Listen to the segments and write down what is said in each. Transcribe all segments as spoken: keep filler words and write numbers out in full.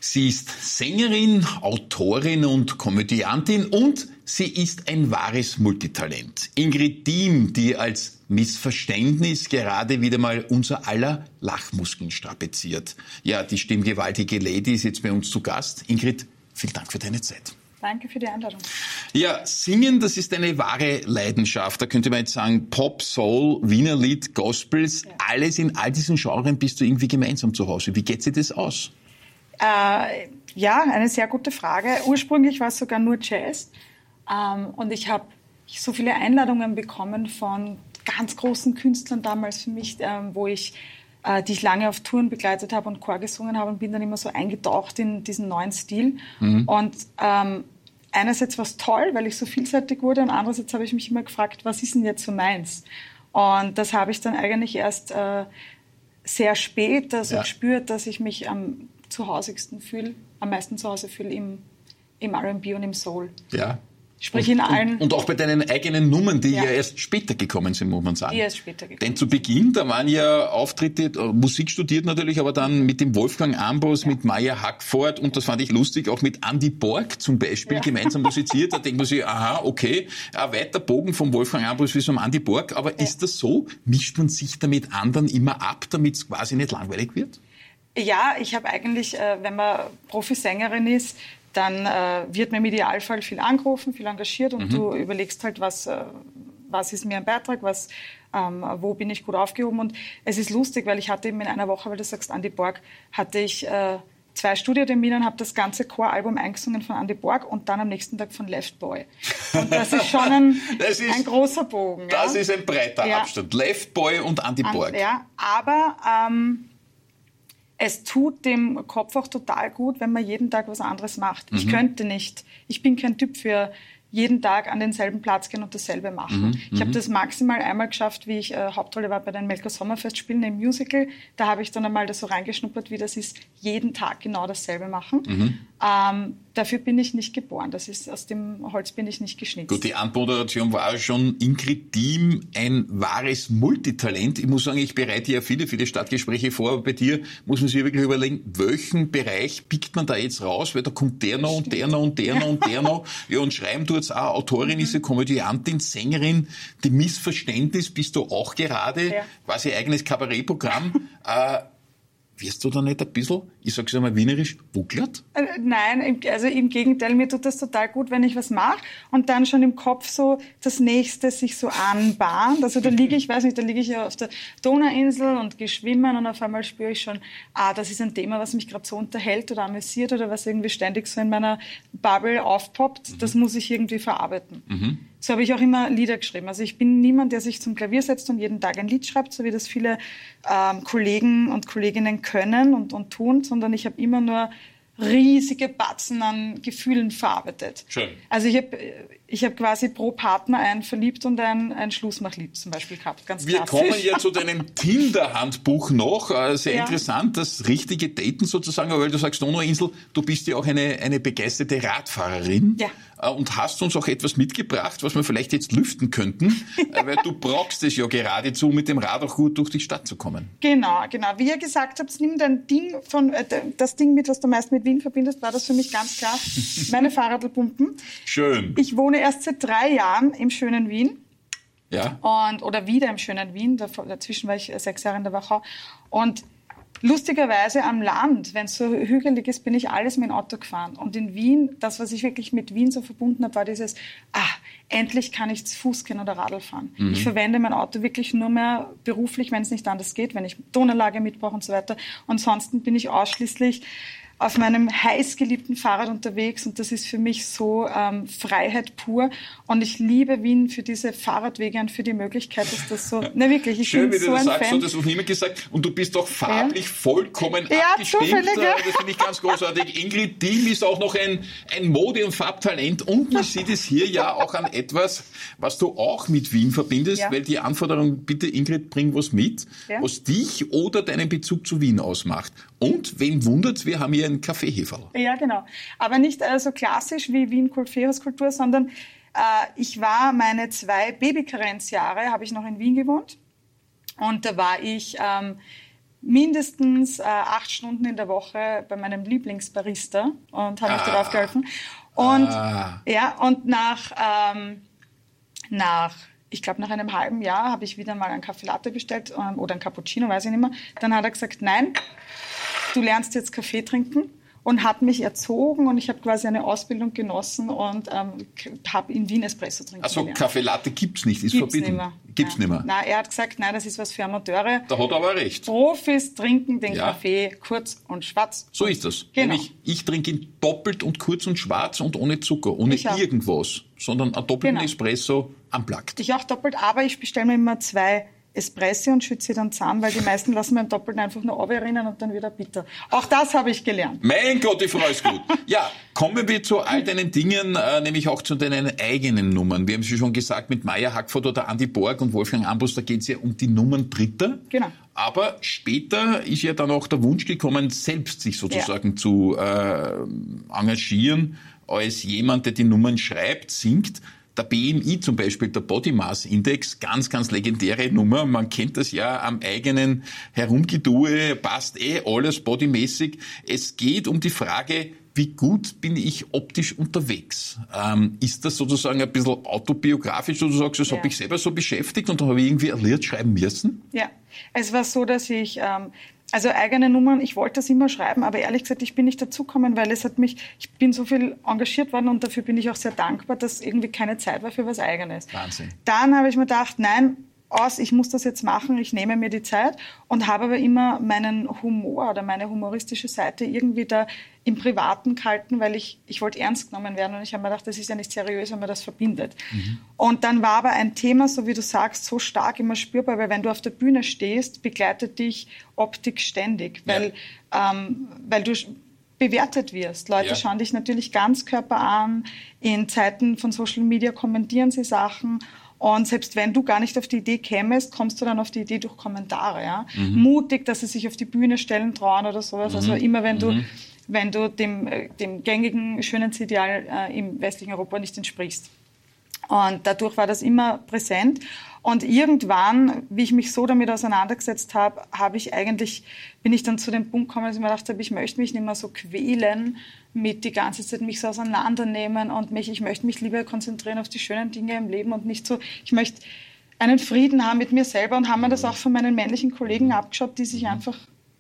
Sie ist Sängerin, Autorin und Komödiantin und sie ist ein wahres Multitalent. Ingrid Diem, die als Missverständnis gerade wieder mal unser aller Lachmuskeln strapaziert. Ja, die stimmgewaltige Lady ist jetzt bei uns zu Gast. Ingrid, vielen Dank für deine Zeit. Danke für die Einladung. Ja, Singen, das ist eine wahre Leidenschaft. Da könnte man jetzt sagen, Pop, Soul, Wienerlied, Gospels, ja. Alles in all diesen Genres bist du irgendwie gemeinsam zu Hause. Wie geht sich das aus? Äh, ja, eine sehr gute Frage. Ursprünglich war es sogar nur Jazz. Ähm, und ich habe so viele Einladungen bekommen von ganz großen Künstlern damals für mich, ähm, wo ich, äh, die ich lange auf Touren begleitet habe und Chor gesungen habe und bin dann immer so eingetaucht in diesen neuen Stil. Mhm. Und ähm, einerseits war es toll, weil ich so vielseitig wurde und andererseits habe ich mich immer gefragt, was ist denn jetzt so meins? Und das habe ich dann eigentlich erst äh, sehr spät also ja. gespürt, dass ich mich am zu hausigsten fühle, am meisten zu Hause fühle im, im R and B und im Soul. Ja. Sprich und, in allen... Und, und auch bei deinen eigenen Nummern, die ja. ja erst später gekommen sind, muss man sagen. Die erst später gekommen. Denn zu Beginn, da waren ja Auftritte, Musik studiert natürlich, aber dann mit dem Wolfgang Ambros, ja. mit Maya Hackford und das fand ich lustig, auch mit Andy Borg zum Beispiel ja. gemeinsam musiziert. Da denkt man sich, aha, okay, ein weiter Bogen vom Wolfgang Ambros wie zum Andy Borg. Aber ja. ist das so? Mischt man sich da mit anderen immer ab, damit es quasi nicht langweilig wird? Ja, ich habe eigentlich, äh, wenn man Profisängerin ist, dann äh, wird man im Idealfall viel angerufen, viel engagiert und mhm. du überlegst halt, was, äh, was ist mir ein Beitrag, was, ähm, wo bin ich gut aufgehoben. Und es ist lustig, weil ich hatte eben in einer Woche, weil du sagst, Andy Borg, hatte ich äh, zwei Studiotermine und habe das ganze Choralbum eingesungen von Andy Borg und dann am nächsten Tag von Left Boy. Und das ist schon ein, ist, ein großer Bogen. Das ja? ist ein breiter ja. Abstand. Left Boy und Andy An, Borg. Ja, aber... Ähm, es tut dem Kopf auch total gut, wenn man jeden Tag was anderes macht. Mhm. Ich könnte nicht. Ich bin kein Typ für jeden Tag an denselben Platz gehen und dasselbe machen. Mhm. Ich habe das maximal einmal geschafft, wie ich äh, Hauptrolle war bei den Melker Sommerfestspielen im Musical. Da habe ich dann einmal das so reingeschnuppert, wie das ist, jeden Tag genau dasselbe machen. Mhm. Ähm, dafür bin ich nicht geboren. Das ist, aus dem Holz bin ich nicht geschnitzt. Gut, die Anmoderation war schon Ingrid Diem, ein wahres Multitalent. Ich muss sagen, ich bereite ja viele, viele Stadtgespräche vor, aber bei dir muss man sich wirklich überlegen, welchen Bereich pickt man da jetzt raus, weil da kommt der noch und der noch und der noch und der noch. Ja, und schreiben du jetzt auch, Autorin, mhm. ist eine Komödiantin, Sängerin, die Missverständnis bist du auch gerade, ja. quasi eigenes Kabarettprogramm. äh, Wirst du da nicht ein bisschen, ich sage es einmal wienerisch, wucklert? Äh, nein, also im Gegenteil, mir tut das total gut, wenn ich was mache und dann schon im Kopf so das Nächste sich so anbahnt. Also da liege ich, weiß nicht, da liege ich ja auf der Donauinsel und gehe schwimmen und auf einmal spüre ich schon, ah, das ist ein Thema, was mich gerade so unterhält oder amüsiert oder was irgendwie ständig so in meiner Bubble aufpoppt. Mhm. Das muss ich irgendwie verarbeiten. Mhm. So habe ich auch immer Lieder geschrieben. Also ich bin niemand, der sich zum Klavier setzt und jeden Tag ein Lied schreibt, so wie das viele ähm, Kollegen und Kolleginnen können und, und tun, sondern ich habe immer nur riesige Batzen an Gefühlen verarbeitet. Schön. Also ich habe ich hab quasi pro Partner ein Verliebt und ein, ein Schlussmachlied zum Beispiel gehabt. Ganz Wir klassisch. kommen ja zu deinem Tinder-Handbuch noch. Sehr ja. interessant, das richtige Daten sozusagen, weil du sagst, Donauinsel, du bist ja auch eine, eine begeisterte Radfahrerin. Ja. Und hast uns auch etwas mitgebracht, was wir vielleicht jetzt lüften könnten, weil du brauchst es ja geradezu, mit dem Rad auch gut durch die Stadt zu kommen. Genau, genau. Wie ihr gesagt habt, nimm dein Ding von, äh, das Ding mit, was du meist mit Wien verbindest, war das für mich ganz klar meine Fahrradlpumpen. Schön. Ich wohne erst seit drei Jahren im schönen Wien. Ja. Und, oder wieder im schönen Wien. Dazwischen war ich sechs Jahre in der Wachau. Und lustigerweise am Land, wenn es so hügelig ist, bin ich alles mit dem Auto gefahren. Und in Wien, das, was ich wirklich mit Wien so verbunden habe, war dieses, ah, endlich kann ich zu Fuß gehen oder Radl fahren. Mhm. Ich verwende mein Auto wirklich nur mehr beruflich, wenn es nicht anders geht, wenn ich Tonanlage mitbrauche und so weiter. Und ansonsten bin ich ausschließlich auf meinem heißgeliebten Fahrrad unterwegs und das ist für mich so ähm, Freiheit pur und ich liebe Wien für diese Fahrradwege und für die Möglichkeit, dass das so, ne wirklich, ich Schön, bin wie so du das ein sagst, Fan. so hat das noch niemand gesagt und du bist doch farblich ja. vollkommen ja, abgestimmt, zufällig, ja. Das finde ich ganz großartig. Ingrid Diem ist auch noch ein, ein Mode- und Farbtalent und man sieht es hier ja auch an etwas, was du auch mit Wien verbindest, ja. weil die Anforderung, bitte Ingrid, bring was mit, ja. was dich oder deinen Bezug zu Wien ausmacht. Und, wen wundert's, wir haben hier einen Kaffeeheferl. Ja, genau. Aber nicht äh, so klassisch wie Wien Kulturhauskultur, sondern äh, ich war meine zwei Babykarenzjahre, habe ich noch in Wien gewohnt. Und da war ich ähm, mindestens äh, acht Stunden in der Woche bei meinem Lieblingsbarista und habe ah. mir darauf geholfen. Und, ah. ja, und nach, ähm, nach ich glaube, nach einem halben Jahr habe ich wieder mal einen Kaffee Latte bestellt ähm, oder einen Cappuccino, weiß ich nicht mehr. Dann hat er gesagt, nein, du lernst jetzt Kaffee trinken. Und hat mich erzogen und ich habe quasi eine Ausbildung genossen und ähm, habe in Wien Espresso trinken Also gelernt. Kaffee Latte gibt's nicht, ist gibt's verbieten. Nicht mehr. Gibt's nein. nicht mehr. Nein, er hat gesagt, nein, das ist was für Amateure. Da hat er aber recht. Profis trinken den ja. Kaffee kurz und schwarz. So ist das. Genau. Nämlich, ich trinke ihn doppelt und kurz und schwarz und ohne Zucker, ohne irgendwas, sondern einen doppelten genau. Espresso unplugged. Ich auch doppelt, aber ich bestelle mir immer zwei Espresso und schütze sie dann zusammen, weil die meisten lassen beim Doppelten einfach nur runterrinnen und dann wieder bitter. Auch das habe ich gelernt. Mein Gott, ich freue mich gut. Ja, kommen wir zu all deinen Dingen, äh, nämlich auch zu deinen eigenen Nummern. Wir haben sie schon gesagt, mit Maya Hackford oder Andi Borg und Wolfgang Ambros, da geht es ja um die Nummern Dritter. Genau. Aber später ist ja dann auch der Wunsch gekommen, selbst sich sozusagen ja. zu äh, engagieren, als jemand, der die Nummern schreibt, singt. Der B M I zum Beispiel, der Body Mass Index, ganz, ganz legendäre Nummer. Man kennt das ja am eigenen Herumgedue, passt eh alles bodymäßig. Es geht um die Frage, wie gut bin ich optisch unterwegs? Ähm, ist das sozusagen ein bisschen autobiografisch, wo du sagst, das ja. habe ich selber so beschäftigt und dann habe ich irgendwie ein Lied schreiben müssen? Ja, es war so, dass ich... Ähm Also eigene Nummern, ich wollte das immer schreiben, aber ehrlich gesagt, ich bin nicht dazugekommen, weil es hat mich, ich bin so viel engagiert worden und dafür bin ich auch sehr dankbar, dass irgendwie keine Zeit war für was Eigenes. Wahnsinn. Dann habe ich mir gedacht, nein, aus, ich muss das jetzt machen, ich nehme mir die Zeit und habe aber immer meinen Humor oder meine humoristische Seite irgendwie da im Privaten gehalten, weil ich, ich wollte ernst genommen werden und ich habe mir gedacht, das ist ja nicht seriös, wenn man das verbindet. Mhm. Und dann war aber ein Thema, so wie du sagst, so stark immer spürbar, weil wenn du auf der Bühne stehst, begleitet dich Optik ständig, weil, ja. ähm, weil du bewertet wirst. Leute ja. schauen dich natürlich ganz Körper an, in Zeiten von Social Media kommentieren sie Sachen. Und selbst wenn du gar nicht auf die Idee kämest, kommst du dann auf die Idee durch Kommentare. Ja? Mhm. Mutig, dass sie sich auf die Bühne stellen trauen oder sowas. Mhm. Also immer wenn du, mhm. wenn du dem, dem gängigen Schönheitsideal äh, im westlichen Europa nicht entsprichst. Und dadurch war das immer präsent. Und irgendwann, wie ich mich so damit auseinandergesetzt habe, habe ich eigentlich, bin ich dann zu dem Punkt gekommen, dass ich mir gedacht habe, ich möchte mich nicht mehr so quälen mit die ganze Zeit mich so auseinandernehmen und mich, ich möchte mich lieber konzentrieren auf die schönen Dinge im Leben und nicht so, ich möchte einen Frieden haben mit mir selber und haben mir das auch von meinen männlichen Kollegen abgeschaut, die sich einfach...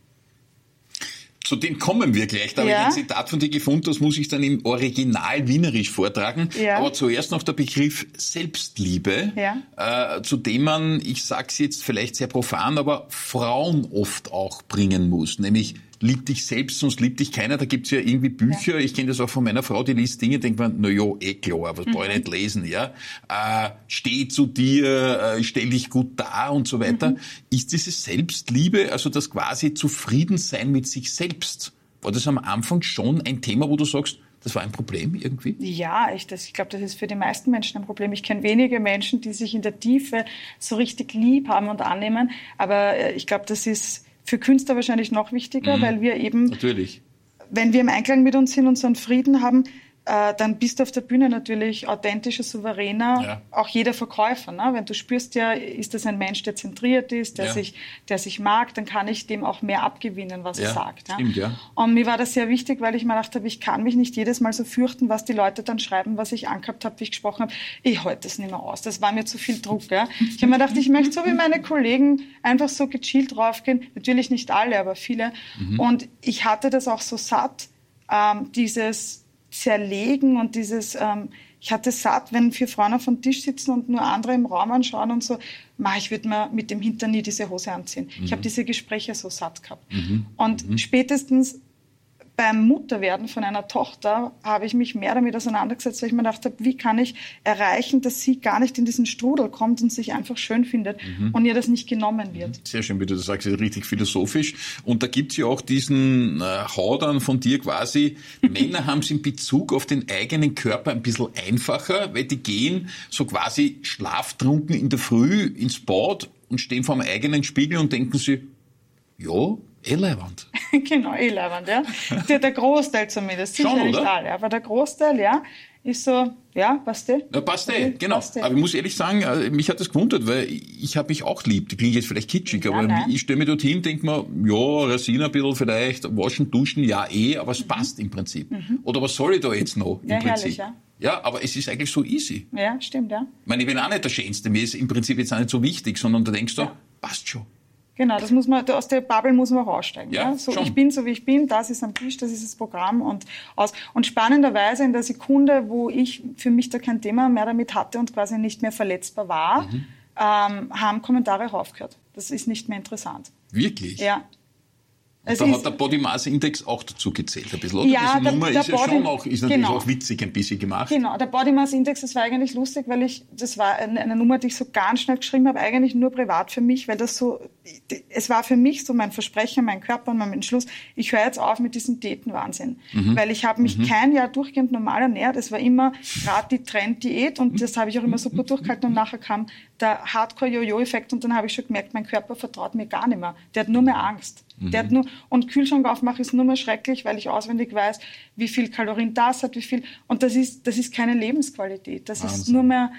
Zu dem kommen wir gleich. Da ja. habe ich ein Zitat von dir gefunden, das muss ich dann im Original wienerisch vortragen. Ja. Aber zuerst noch der Begriff Selbstliebe, ja. äh, zu dem man, ich sage es jetzt vielleicht sehr profan, aber Frauen oft auch bringen muss. Nämlich, lieb dich selbst, sonst liebt dich keiner. Da gibt's ja irgendwie Bücher, ja. ich kenne das auch von meiner Frau, die liest Dinge, denkt man, na ja, eh klar, was mhm. brauche ich nicht lesen, ja. Äh, steh zu dir, äh, stell dich gut dar und so weiter. Mhm. Ist diese Selbstliebe, also das quasi Zufriedensein mit sich selbst, war das am Anfang schon ein Thema, wo du sagst, das war ein Problem irgendwie? Ja, ich, das, ich glaube, das ist für die meisten Menschen ein Problem. Ich kenne wenige Menschen, die sich in der Tiefe so richtig lieb haben und annehmen, aber äh, ich glaube, das ist für Künstler wahrscheinlich noch wichtiger, mhm. weil wir eben, natürlich. wenn wir im Einklang mit uns sind und so einen Frieden haben, äh, dann bist du auf der Bühne natürlich authentischer, souveräner, ja. auch jeder Verkäufer. Ne? Wenn du spürst ja, ist das ein Mensch, der zentriert ist, der, ja. sich, der sich mag, dann kann ich dem auch mehr abgewinnen, was ja, er sagt. Ja? Stimmt, ja. Und mir war das sehr wichtig, weil ich mir gedacht habe, ich kann mich nicht jedes Mal so fürchten, was die Leute dann schreiben, was ich angehabt habe, wie ich gesprochen habe. Ich halte das nicht mehr aus, das war mir zu viel Druck. Ja? Ich habe mir gedacht, ich möchte so wie meine Kollegen einfach so gechillt draufgehen, natürlich nicht alle, aber viele. Mhm. Und ich hatte das auch so satt, ähm, dieses Zerlegen und dieses, ähm, ich hatte satt, wenn vier Frauen auf dem Tisch sitzen und nur andere im Raum anschauen und so, ma, ich würde mir mit dem Hintern nie diese Hose anziehen. Mhm. Ich habe diese Gespräche so satt gehabt. Mhm. Und mhm. spätestens beim Mutterwerden von einer Tochter habe ich mich mehr damit auseinandergesetzt, weil ich mir gedacht habe, wie kann ich erreichen, dass sie gar nicht in diesen Strudel kommt und sich einfach schön findet mhm. und ihr das nicht genommen wird. Sehr schön, wie du das sagst, richtig philosophisch. Und da gibt's ja auch diesen äh, Haudern von dir quasi, Männer haben es in Bezug auf den eigenen Körper ein bisschen einfacher, weil die gehen so quasi schlaftrunken in der Früh ins Bad und stehen vor dem eigenen Spiegel und denken sich, ja, Eh Leiwand. Genau, eh Leiwand, ja. Der, der Großteil zumindest, sicher Schon, nicht oder? alle, aber der Großteil, ja, ist so, ja, passt eh. Ja, passt Okay, eh, genau. passt eh. Aber ich muss ehrlich sagen, äh, mich hat das gewundert, weil ich habe mich auch lieb. Das klingt jetzt vielleicht kitschig, Ja, aber nein. ich stelle mir dorthin, denke mir, ja, rasieren ein bisschen vielleicht, waschen, duschen, ja eh, aber es Mhm. passt im Prinzip. Oder was soll ich da jetzt noch im Ja, Prinzip? herrlich, ja. Ja, aber es ist eigentlich so easy. Ja, stimmt, ja. Ich meine, ich bin auch nicht der Schönste, mir ist im Prinzip jetzt auch nicht so wichtig, sondern da denkst du, Ja. passt schon. Genau, das muss man, aus der Bubble muss man auch aussteigen. Ja, Ja, So, schon. ich bin so, wie ich bin, das ist am Tisch, das ist das Programm und aus. Und spannenderweise in der Sekunde, wo ich für mich da kein Thema mehr damit hatte und quasi nicht mehr verletzbar war, Mhm. ähm, haben Kommentare aufgehört. Das ist nicht mehr interessant. Wirklich? Ja. Es Da ist- hat der Body Mass Index auch dazu gezählt ein bisschen, oder? Ja, Diese der- Nummer der ist ja Body- schon auch, ist natürlich genau. auch witzig ein bisschen gemacht. Genau, der Body Mass Index, das war eigentlich lustig, weil ich, das war eine, eine Nummer, die ich so ganz schnell geschrieben habe, eigentlich nur privat für mich, weil das so, es war für mich so mein Versprechen, mein Körper und mein Entschluss, ich höre jetzt auf mit diesem Diätenwahnsinn, weil ich habe mich kein Jahr durchgehend normal ernährt, es war immer gerade die Trenddiät und das habe ich auch immer super durchgehalten und nachher kam der Hardcore-Jojo-Effekt und dann habe ich schon gemerkt, mein Körper vertraut mir gar nicht mehr, der hat nur mehr Angst. Der hat nur, und Kühlschrank aufmachen ist nur mehr schrecklich, weil ich auswendig weiß, wie viel Kalorien das hat, wie viel, und das ist, das ist keine Lebensqualität. Das ist Wahnsinn. nur mehr,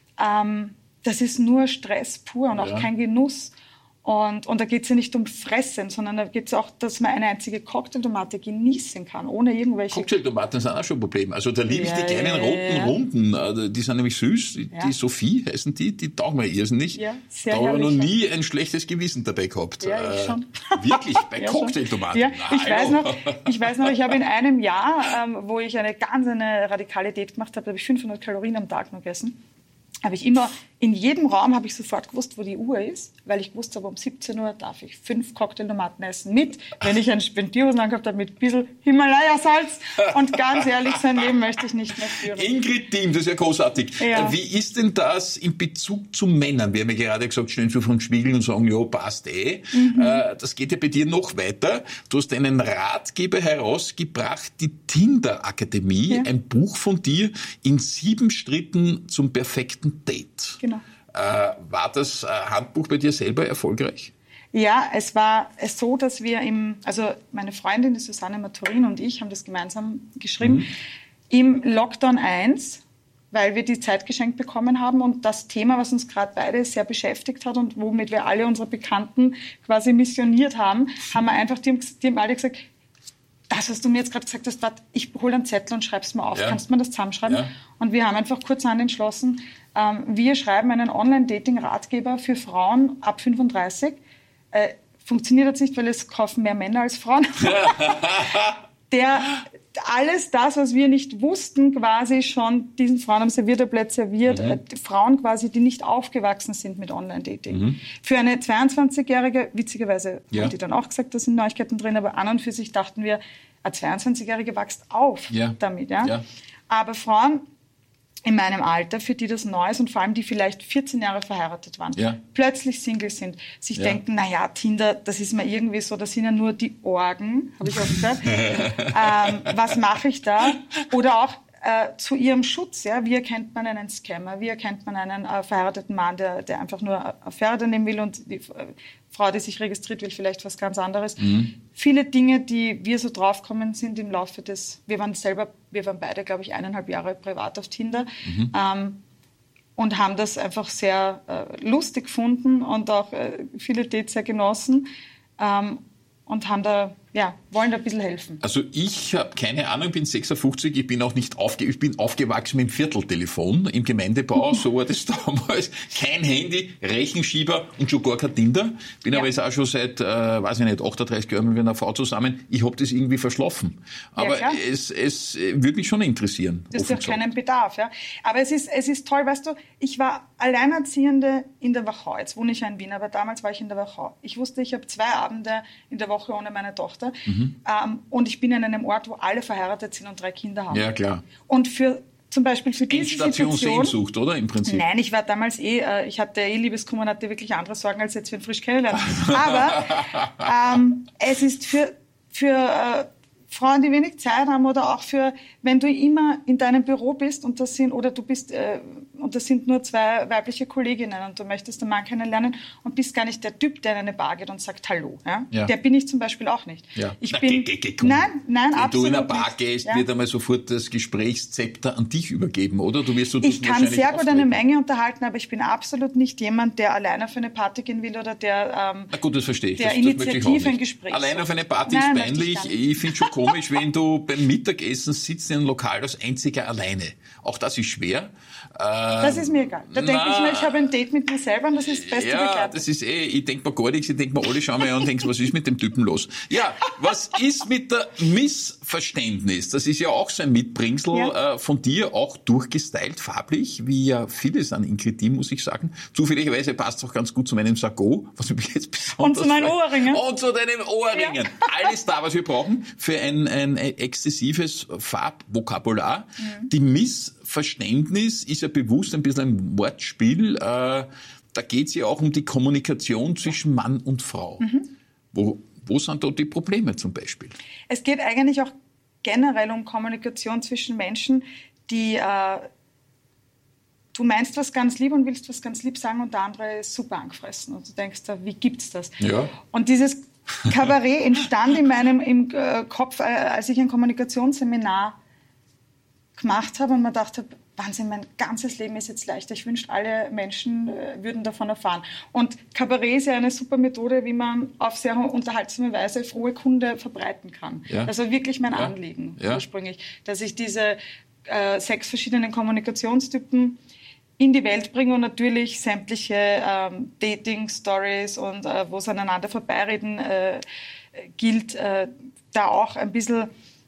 ähm, das ist nur Stress pur und auch Ja. kein Genuss. Und, und da geht es ja nicht um Fressen, sondern da geht es auch, dass man eine einzige Cocktailtomate genießen kann, ohne irgendwelche... Cocktailtomaten sind auch schon ein Problem. Also da liebe ich Ja, die kleinen ja, roten ja. Runden. äh, Die sind nämlich süß. Die, Ja. die Sophie heißen die, die taugen mir irrsinnig. Ja, sehr da habe ich noch herrlich, nie ein schlechtes Gewissen dabei gehabt. Ja, ich Äh, schon. Wirklich, bei Ja, schon. Cocktailtomaten. Ja, Na, ich weiß hallo. noch, ich weiß noch, ich habe in einem Jahr, ähm, wo ich eine ganz eine radikale Diät gemacht habe, habe ich fünfhundert Kalorien am Tag nur gegessen. Habe ich immer, in jedem Raum habe ich sofort gewusst, wo die Uhr ist, weil ich wusste, aber um siebzehn Uhr darf ich fünf Cocktailtomaten essen mit, wenn ich einen Spendierhosen angehabt habe mit ein bisschen Himalaya-Salz. Und ganz ehrlich, sein Leben möchte ich nicht mehr führen. Ingrid Thiem, das ist ja großartig. Ja. Äh, Wie ist denn das in Bezug zu Männern? Wir haben ja gerade gesagt, stellen Sie vor dem Spiegel und sagen, ja, passt eh. Mhm. Äh, Das geht ja bei dir noch weiter. Du hast einen Ratgeber herausgebracht, die Tinder-Akademie, Ja. ein Buch von dir in sieben Schritten zum perfekten Date. Genau. Äh, War das äh, Handbuch bei dir selber erfolgreich? Ja, es war es so, dass wir im, also meine Freundin, die Susanne Maturin und ich haben das gemeinsam geschrieben, im Lockdown eins, weil wir die Zeit geschenkt bekommen haben und das Thema, was uns gerade beide sehr beschäftigt hat und womit wir alle unsere Bekannten quasi missioniert haben, haben wir einfach, die haben, die haben alle gesagt, das, was du mir jetzt gerade gesagt hast, warte, ich hole einen Zettel und schreib's mal auf. Ja. Kannst du mir das zusammenschreiben? Ja. Und wir haben einfach kurzerhand entschlossen, ähm, wir schreiben einen Online-Dating-Ratgeber für Frauen ab fünfunddreißig. Äh, funktioniert jetzt nicht, weil es kaufen mehr Männer als Frauen. Der alles das, was wir nicht wussten, quasi schon diesen Frauen am Serviertablett serviert. Mhm. Äh, Frauen quasi, die nicht aufgewachsen sind mit Online-Dating. Für eine zweiundzwanzigjährige, witzigerweise Ja. haben die dann auch gesagt, da sind Neuigkeiten drin, aber an und für sich dachten wir, eine zweiundzwanzigjährige wächst auf Ja. damit. Ja? Ja. Aber Frauen in meinem Alter, für die das neu ist und vor allem die vielleicht vierzehn Jahre verheiratet waren, Ja. plötzlich Single sind, sich Ja. denken, naja, Tinder, das ist mir irgendwie so, das sind ja nur die Orgen, habe ich auch gesagt. ähm, was mache ich da? Oder auch äh, zu ihrem Schutz, ja, wie erkennt man einen Scammer, wie erkennt man einen äh, verheirateten Mann, der, der einfach nur Affäre nehmen will und die äh, Frau, die sich registriert, will vielleicht was ganz anderes. Viele Dinge, die wir so draufkommen sind im Laufe des, wir waren selber, wir waren beide, glaube ich, eineinhalb Jahre privat auf Tinder ähm, und haben das einfach sehr äh, lustig gefunden und auch äh, viele Dates sehr genossen ähm, und haben da, ja, wollen da ein bisschen helfen. Also ich habe keine Ahnung, bin sechsundfünfzig, ich bin auch nicht aufge ich bin aufgewachsen mit dem Vierteltelefon im Gemeindebau, so war das damals. Kein Handy, Rechenschieber und schon gar kein Tinder. Bin Ja. aber jetzt auch schon seit, äh, weiß ich nicht, achtunddreißig Jahren mit einer Frau zusammen. Ich habe das irgendwie verschlafen. Aber klar. es, es äh, würde mich schon interessieren. Das ist offen ja gesagt. keinen Bedarf, ja. Aber es ist, es ist toll, weißt du, ich war Alleinerziehende in der Wachau. Jetzt wohne ich ja in Wien, aber damals war ich in der Wachau. Ich wusste, ich habe zwei Abende in der Woche ohne meine Tochter. Mhm. Ähm, und ich bin in einem Ort, wo alle verheiratet sind und drei Kinder haben. Ja, klar. Und für, zum Beispiel für diese Endstation Situation... Sehnsucht, oder? Im Prinzip. Nein, ich war damals eh, äh, ich hatte eh Liebeskummer und hatte wirklich andere Sorgen, als jetzt, wenn frisch kennenlernen. Aber ähm, es ist für, für äh, Frauen, die wenig Zeit haben oder auch für, wenn du immer in deinem Büro bist und das sind, oder du bist äh, und das sind nur zwei weibliche Kolleginnen und du möchtest einen Mann kennenlernen und bist gar nicht der Typ, der in eine Bar geht und sagt Hallo. Ja? Ja. Der bin ich zum Beispiel auch nicht. Ja. Ich Na, bin, geh, geh, geh, nein, nein, Wenn absolut du in eine Bar nicht. gehst, Ja? wird einmal sofort das Gesprächszepter an dich übergeben, oder? Du wirst so ich kann sehr gut eine Menge unterhalten, aber ich bin absolut nicht jemand, der alleine auf eine Party gehen will oder der, ähm, Na gut, das verstehe ich. der das, Initiativ ein Gespräch Allein sucht. auf eine Party Nein, ist peinlich. Ich, ich finde schon komisch, wenn du beim Mittagessen sitzt in einem Lokal als einziger alleine. Auch das ist schwer. Das ist mir egal. Da denke ich mir, ich habe ein Date mit mir selber und das ist das beste Ja, Begleitung. das ist eh, ich denke mir gar nichts, ich denke mir alle, schauen mir an und denken, was ist mit dem Typen los? Ja, was ist mit der Missverständnis? Das ist ja auch so ein Mitbringsel ja. äh, von dir, auch durchgestylt, farblich, wie ja vieles an Inkritin, muss ich sagen. Zufälligerweise passt es auch ganz gut zu meinem Sakko, was mich jetzt besonders Und zu meinen Ohrringen. Und zu deinen Ohrringen. Ja. Alles da, was wir brauchen für ein, ein exzessives Farbvokabular. Mhm. Die Missverständnis ist ja bewusst ein bisschen ein Wortspiel. Äh, da geht es ja auch um die Kommunikation zwischen Mann und Frau. Mhm. Wo, wo sind da die Probleme zum Beispiel? Es geht eigentlich auch generell um Kommunikation zwischen Menschen, die äh, du meinst was ganz lieb und willst was ganz lieb sagen und der andere ist super angefressen. Und du denkst da, wie gibt's das? Ja. Und dieses Kabarett entstand in meinem im, äh, Kopf, äh, als ich ein Kommunikationsseminar gemacht habe und mir dachte, Wahnsinn, mein ganzes Leben ist jetzt leichter. Ich wünschte, alle Menschen äh, würden davon erfahren. Und Kabarett ist ja eine super Methode, wie man auf sehr unterhaltsame Weise frohe Kunde verbreiten kann. Ja. Das war wirklich mein ja. Anliegen ja. ursprünglich, dass ich diese äh, sechs verschiedenen Kommunikationstypen in die Welt bringe und natürlich sämtliche ähm, Dating-Stories und äh, wo es aneinander vorbeireden äh, gilt, äh, da auch ein bisschen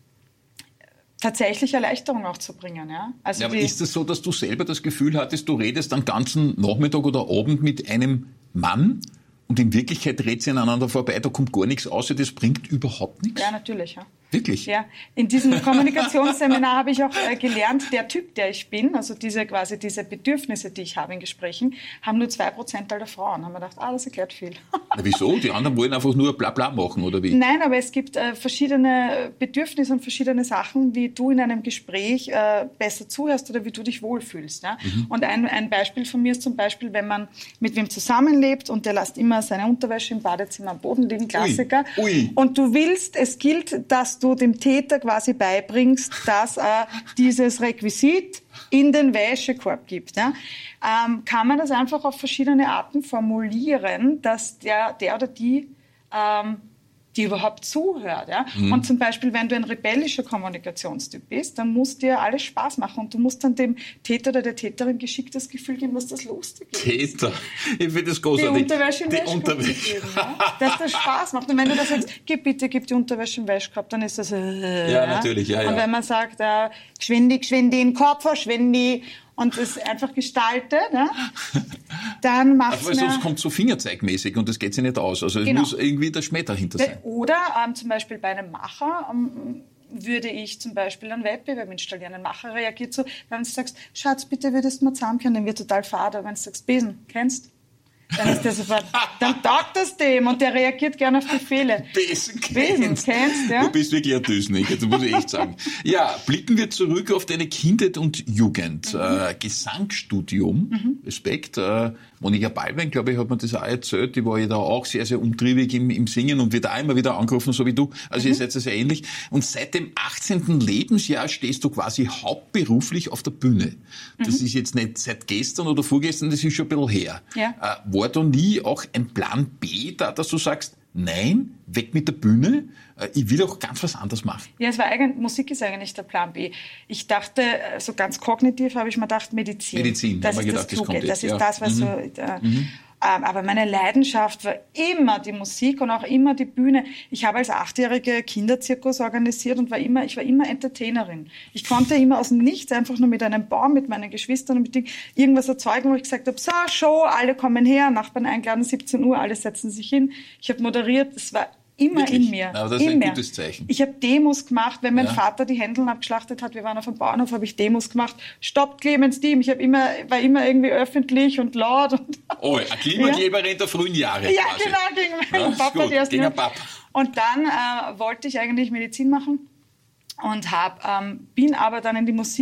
tatsächlich Erleichterung auch zu bringen. Ja? Also ja, aber ist es so, dass du selber das Gefühl hattest, du redest den ganzen Nachmittag oder Abend mit einem Mann und in Wirklichkeit redet sie aneinander vorbei, da kommt gar nichts außer das bringt überhaupt nichts? Ja, natürlich. Ja. Wirklich? Ja. In diesem Kommunikationsseminar habe ich auch äh, gelernt, der Typ, der ich bin, also diese quasi diese Bedürfnisse, die ich habe in Gesprächen, haben nur zwei Prozent aller Frauen. Da haben wir gedacht, ah, das erklärt viel. Na, wieso? Die anderen wollen einfach nur Blabla machen, oder wie? Nein, aber es gibt äh, verschiedene Bedürfnisse und verschiedene Sachen, wie du in einem Gespräch äh, besser zuhörst oder wie du dich wohlfühlst. Ja? Mhm. Und ein, ein Beispiel von mir ist zum Beispiel, wenn man mit wem zusammenlebt und der lässt immer seine Unterwäsche im Badezimmer am Boden liegen, Klassiker. Ui. Ui. Und du willst, es gilt, dass du dem Täter quasi beibringst, dass er dieses Requisit in den Wäschekorb gibt. Ja? Ähm, kann man das einfach auf verschiedene Arten formulieren, dass der, der oder die ähm, die überhaupt zuhört. Ja? Mhm. Und zum Beispiel, wenn du ein rebellischer Kommunikationstyp bist, dann muss dir alles Spaß machen und du musst dann dem Täter oder der Täterin geschickt das Gefühl geben, dass das lustig ist. Täter, ich finde das großartig. Die Unterwäsche im die Wäschekorb Unterwäsche. zu geben, ja? Dass das Spaß macht. Und wenn du das sagst, gib bitte, gib die Unterwäsche im Wäschekorb, dann ist das äh, ja, natürlich, ja, ja. Und wenn man sagt, äh, geschwindi, geschwindi, in den Kopf, verschwindi, und das einfach gestaltet, ne? Dann macht es also, sonst kommt so fingerzeigmäßig und das geht sich nicht aus. Also es genau. muss irgendwie der Schmäh dahinter sein. Oder ähm, zum Beispiel bei einem Macher ähm, würde ich zum Beispiel einen Wettbewerb installieren. Ein Macher reagiert so, wenn du sagst, Schatz, bitte würdest du mal zusammenkehren, dann wird total fade. Wenn du sagst, Besen, kennst dann ist der sofort, dann taugt das dem und der reagiert gerne auf Befehle. Besen kennst. Besen kennst, ja. Du bist wirklich ein Düsnig, das muss ich echt sagen. Ja, blicken wir zurück auf deine Kindheit und Jugend. Mhm. Äh, Gesangsstudium, mhm. Respekt. Äh, Monika Ballwein, glaube ich, hat mir das auch erzählt, die war ja da auch sehr, sehr umtriebig im, im Singen und wird auch immer wieder angerufen, so wie du. Also mhm. ihr seid ja sehr ähnlich. Und seit dem achtzehnten Lebensjahr stehst du quasi hauptberuflich auf der Bühne. Das mhm. ist jetzt nicht seit gestern oder vorgestern, das ist schon ein bisschen her. Ja. Äh, war da nie auch ein Plan B da, dass du sagst, nein, weg mit der Bühne, ich will auch ganz was anderes machen? Ja, es war eigentlich, Musik ist eigentlich der Plan B. Ich dachte, so ganz kognitiv habe ich mir gedacht, Medizin. Medizin, das ist gedacht, das Kluge, das, das ist ja. das, was mhm. so... Äh, mhm. Aber meine Leidenschaft war immer die Musik und auch immer die Bühne. Ich habe als Achtjährige Kinderzirkus organisiert und war immer, ich war immer Entertainerin. Ich konnte immer aus dem Nichts einfach nur mit einem Baum, mit meinen Geschwistern und mit Dingen irgendwas erzeugen, wo ich gesagt habe, so, Show, alle kommen her, Nachbarn eingeladen, siebzehn Uhr, alle setzen sich hin. Ich habe moderiert, das war immer Wirklich? in mir. Aber das ist immer. ein gutes Zeichen. Ich habe Demos gemacht, wenn mein ja. Vater die Händeln abgeschlachtet hat, wir waren auf dem Bauernhof, habe ich Demos gemacht. Stoppt Clemens Diem. Ich habe immer, war immer irgendwie öffentlich und laut. Und oh, eine Klimakleberin ja. der frühen Jahre. Ja, quasi. genau, gegen meinen ja, Papa. Gut, Die gegen Papa. Und dann äh, wollte ich eigentlich Medizin machen und hab, ähm, bin aber dann in die Musik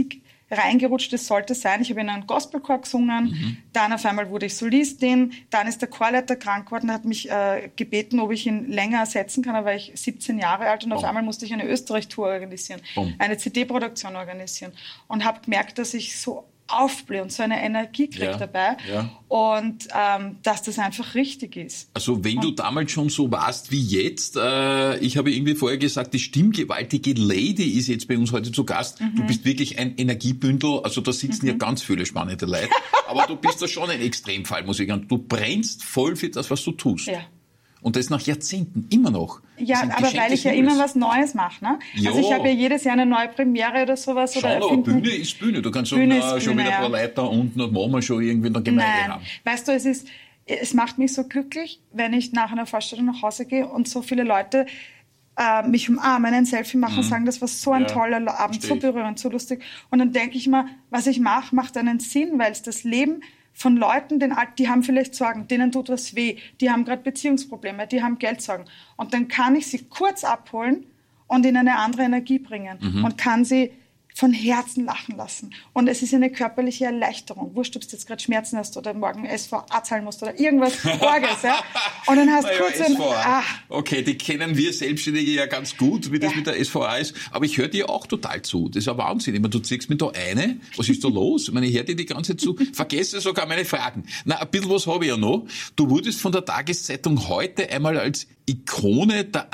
reingerutscht, das sollte sein. Ich habe in einem Gospelchor gesungen, mhm. dann auf einmal wurde ich Solistin, dann ist der Chorleiter krank geworden, hat mich äh, gebeten, ob ich ihn länger ersetzen kann, da war ich siebzehn Jahre alt und oh. auf einmal musste ich eine Österreich-Tour organisieren, oh. eine C D-Produktion organisieren und habe gemerkt, dass ich so aufblähe und so eine Energie kriege ja, dabei ja. und ähm, dass das einfach richtig ist. Also wenn und du damals schon so warst wie jetzt, äh, ich habe irgendwie vorher gesagt, die stimmgewaltige Lady ist jetzt bei uns heute zu Gast. Mhm. Du bist wirklich ein Energiebündel, also da sitzen mhm. ja ganz viele spannende Leute, aber du bist da schon ein Extremfall, muss ich sagen. Du brennst voll für das, was du tust. Ja. Und das nach Jahrzehnten, immer noch. Ja, aber weil ich ja immer was Neues mache. Ne? Also ich habe ja jedes Jahr eine neue Premiere oder sowas. Schau, oder aber Bühne ist Bühne. Du kannst sagen, na, schon Bühne, wieder ein paar ja. Leute unten und machen wir schon irgendwie in der Gemeinde Nein. haben. Weißt du, es ist, es macht mich so glücklich, wenn ich nach einer Vorstellung nach Hause gehe und so viele Leute äh, mich umarmen, ein Selfie machen und mhm. sagen, das war so ein ja, toller Abend, so berührend, so lustig. Und dann denke ich mir, was ich mache, macht einen Sinn, weil es das Leben von Leuten, die haben vielleicht Sorgen, denen tut was weh, die haben gerade Beziehungsprobleme, die haben Geldsorgen. Und dann kann ich sie kurz abholen und in eine andere Energie bringen mhm. und kann sie von Herzen lachen lassen. Und es ist eine körperliche Erleichterung. Wurscht, ob du jetzt gerade Schmerzen hast oder morgen S V A zahlen musst oder irgendwas Orges. Ja? Und dann hast du kurz ja, ein... Ah. Okay, die kennen wir Selbstständige ja ganz gut, wie das ja. mit der S V A ist. Aber ich höre dir auch total zu. Das ist ein Wahnsinn. Ich meine, du ziehst mir da eine. Was ist da los? Ich meine, ich höre dir die ganze Zeit zu. Vergesse sogar meine Fragen. Na, ein bisschen was habe ich ja noch. Du wurdest von der Tageszeitung heute einmal als Ikone der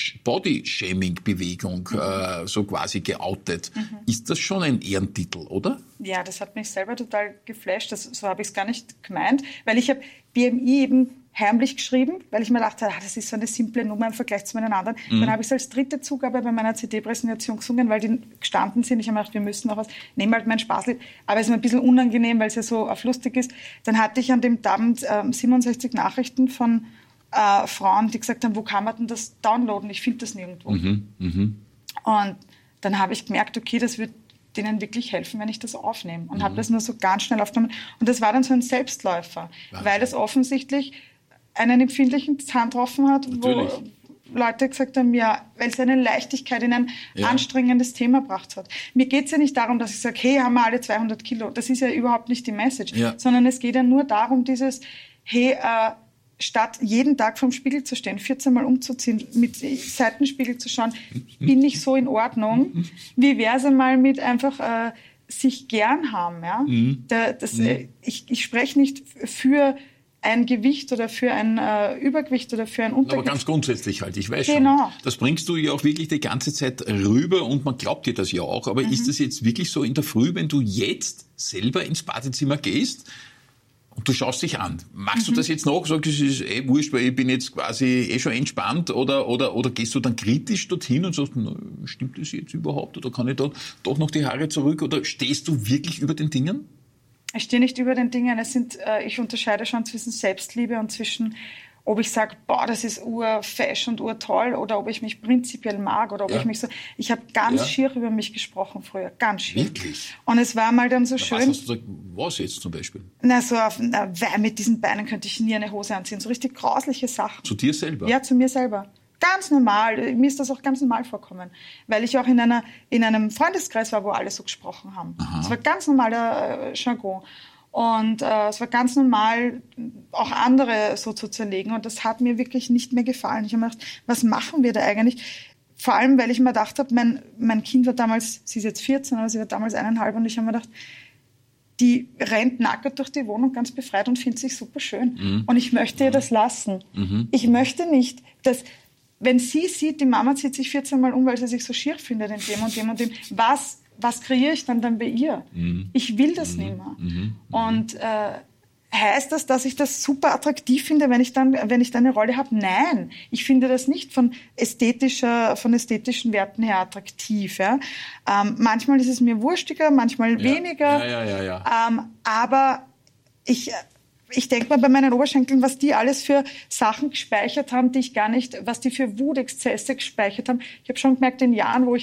Anti-Body-Shaming-Bewegung mhm. äh, so quasi geoutet. Mhm. Ist das schon ein Ehrentitel, oder? Ja, das hat mich selber total geflasht. Das, so habe ich es gar nicht gemeint, weil ich habe B M I eben heimlich geschrieben, weil ich mir dachte, ah, das ist so eine simple Nummer im Vergleich zu meinen anderen. Mhm. Dann habe ich es als dritte Zugabe bei meiner C D-Präsentation gesungen, weil die gestanden sind. Ich habe mir gedacht, wir müssen noch was, nehmen halt mein Spaßlied. Aber es ist mir ein bisschen unangenehm, weil es ja so auf lustig ist. Dann hatte ich an dem Abend ähm, siebenundsechzig Nachrichten von Äh, Frauen, die gesagt haben, wo kann man denn das downloaden? Ich finde das nirgendwo. Mhm, mh. Und dann habe ich gemerkt, okay, das wird denen wirklich helfen, wenn ich das aufnehme. Und mhm. habe das nur so ganz schnell aufgenommen. Und das war dann so ein Selbstläufer, Wahnsinn. Weil es offensichtlich einen empfindlichen Zahn getroffen hat, Natürlich. wo Leute gesagt haben, ja, weil es eine Leichtigkeit in ein ja. anstrengendes Thema gebracht hat. Mir geht es ja nicht darum, dass ich sage, hey, haben wir alle zweihundert Kilo. Das ist ja überhaupt nicht die Message. Ja. Sondern es geht ja nur darum, dieses, hey, äh, statt jeden Tag vorm Spiegel zu stehen, vierzehn Mal umzuziehen, mit Seitenspiegel zu schauen, bin ich so in Ordnung? Wie wäre es einmal mit einfach äh, sich gern haben? Ja? Mhm. Da, das, äh, ich ich spreche nicht für ein Gewicht oder für ein äh, Übergewicht oder für ein Untergewicht. Aber ganz grundsätzlich halt, ich weiß genau. schon. Das bringst du ja auch wirklich die ganze Zeit rüber und man glaubt dir das ja auch. Aber mhm. ist das jetzt wirklich so in der Früh, wenn du jetzt selber ins Badezimmer gehst, und du schaust dich an. Machst mhm. du das jetzt noch? Sagst du, es ist eh wurscht, weil ich bin jetzt quasi eh schon entspannt? Oder, oder, oder gehst du dann kritisch dorthin und sagst, na, stimmt das jetzt überhaupt? Oder kann ich da doch noch die Haare zurück? Oder stehst du wirklich über den Dingen? Ich stehe nicht über den Dingen. Es sind, äh, ich unterscheide schon zwischen Selbstliebe und zwischen, ob ich sage, boah, das ist urfesch und urtoll, oder ob ich mich prinzipiell mag, oder ob ja. ich mich so... Ich habe ganz ja. schier über mich gesprochen früher, ganz schier. Wirklich? Und es war mal dann so na, schön... Was hast du gesagt, was jetzt zum Beispiel? Na, so auf, na, mit diesen Beinen könnte ich nie eine Hose anziehen. So richtig grausliche Sachen. Zu dir selber? Ja, zu mir selber. Ganz normal. Mir ist das auch ganz normal vorkommen. Weil ich auch in, einer, in einem Freundeskreis war, wo alle so gesprochen haben. Das war ganz normaler äh, Jargon. Und äh, es war ganz normal, auch andere so zu zerlegen. Und das hat mir wirklich nicht mehr gefallen. Ich habe mir gedacht, was machen wir da eigentlich? Vor allem, weil ich mir gedacht habe, mein, mein Kind war damals, sie ist jetzt vierzehn, aber sie war damals eineinhalb. Und ich habe mir gedacht, die rennt nackert durch die Wohnung, ganz befreit und findet sich super schön. Mhm. Und ich möchte ihr das lassen. Mhm. Ich möchte nicht, dass... Wenn sie sieht, die Mama zieht sich vierzehn Mal um, weil sie sich so schier findet in dem und dem und dem, was, was kreiere ich dann dann bei ihr? Mhm. Ich will das mhm. nicht mehr. Mhm. Und äh, heißt das, dass ich das super attraktiv finde, wenn ich dann, wenn ich dann eine Rolle habe? Nein, ich finde das nicht von ästhetischer, von ästhetischen Werten her attraktiv. Ja? Ähm, manchmal ist es mir wurstiger, manchmal ja. weniger. Ja, ja, ja, ja. Ähm, aber ich... Ich denke mal bei meinen Oberschenkeln, was die alles für Sachen gespeichert haben, die ich gar nicht, was die für Wutexzesse gespeichert haben. Ich habe schon gemerkt, in Jahren, wo ich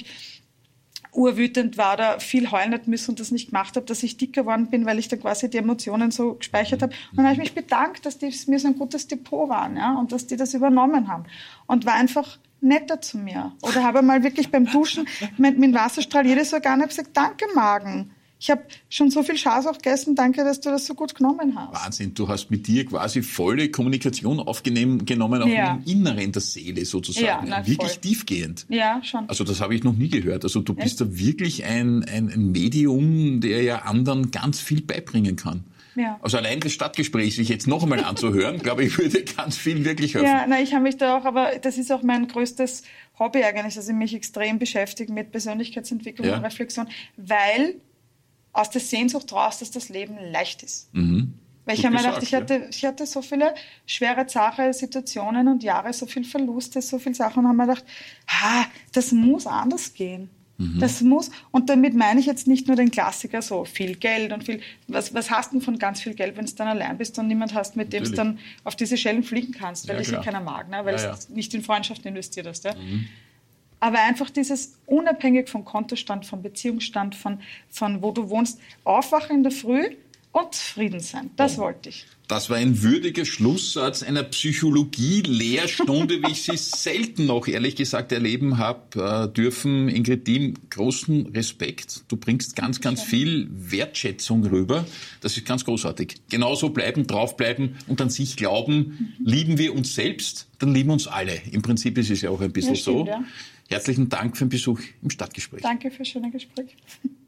urwütend war oder viel heulen hat müssen und das nicht gemacht habe, dass ich dicker geworden bin, weil ich da quasi die Emotionen so gespeichert habe. Und dann habe ich mich bedankt, dass die mir so ein gutes Depot waren, ja, und dass die das übernommen haben. Und war einfach netter zu mir. Oder habe mal wirklich beim Duschen mit, mit dem Wasserstrahl jedes Organ gesagt, danke Magen. Ich habe schon so viel Schaß auch gegessen, danke, dass du das so gut genommen hast. Wahnsinn, du hast mit dir quasi volle Kommunikation aufgenommen, auch ja. im Inneren der Seele sozusagen. Ja, na, wirklich voll. tiefgehend. Ja, schon. Also das habe ich noch nie gehört. Also du bist Echt? da wirklich ein, ein, ein Medium, der ja anderen ganz viel beibringen kann. Ja. Also allein das Stadtgespräch sich jetzt noch einmal anzuhören, glaube ich, würde ganz viel wirklich helfen. Ja, na, ich habe mich da auch, aber das ist auch mein größtes Hobby eigentlich, dass ich mich extrem beschäftige mit Persönlichkeitsentwicklung Ja. und Reflexion, weil aus der Sehnsucht raus, dass das Leben leicht ist. Mhm. Weil ich Gut habe mir gesagt, gedacht, ich hatte, ich hatte so viele schwere Sache, Situationen und Jahre, so viel Verluste, so viele Sachen und habe mir gedacht, ah, das muss anders gehen. Mhm. Das muss, und damit meine ich jetzt nicht nur den Klassiker, so viel Geld und viel, was, was hast du denn von ganz viel Geld, wenn du dann allein bist und niemand hast, mit dem du dann auf diese Schellen fliegen kannst, weil Ja, dich ja klar. keiner mag, ne? weil Ja, du ja. nicht in Freundschaften investiert hast. Ja? Mhm. Aber einfach dieses unabhängig vom Kontostand, vom Beziehungsstand, von, von wo du wohnst, aufwachen in der Früh und zufrieden sein. Das Oh. wollte ich. Das war ein würdiger Schlusssatz einer Psychologie-Lehrstunde, wie ich sie selten noch, ehrlich gesagt, erleben habe äh, dürfen. Ingrid Diem, großen Respekt. Du bringst ganz, ganz viel Wertschätzung rüber. Das ist ganz großartig. Genauso bleiben, draufbleiben und an sich glauben, mhm. lieben wir uns selbst, dann lieben uns alle. Im Prinzip ist es ja auch ein bisschen Ja, stimmt, so. ja. Herzlichen Dank für den Besuch im Stadtgespräch. Danke für das schöne Gespräch.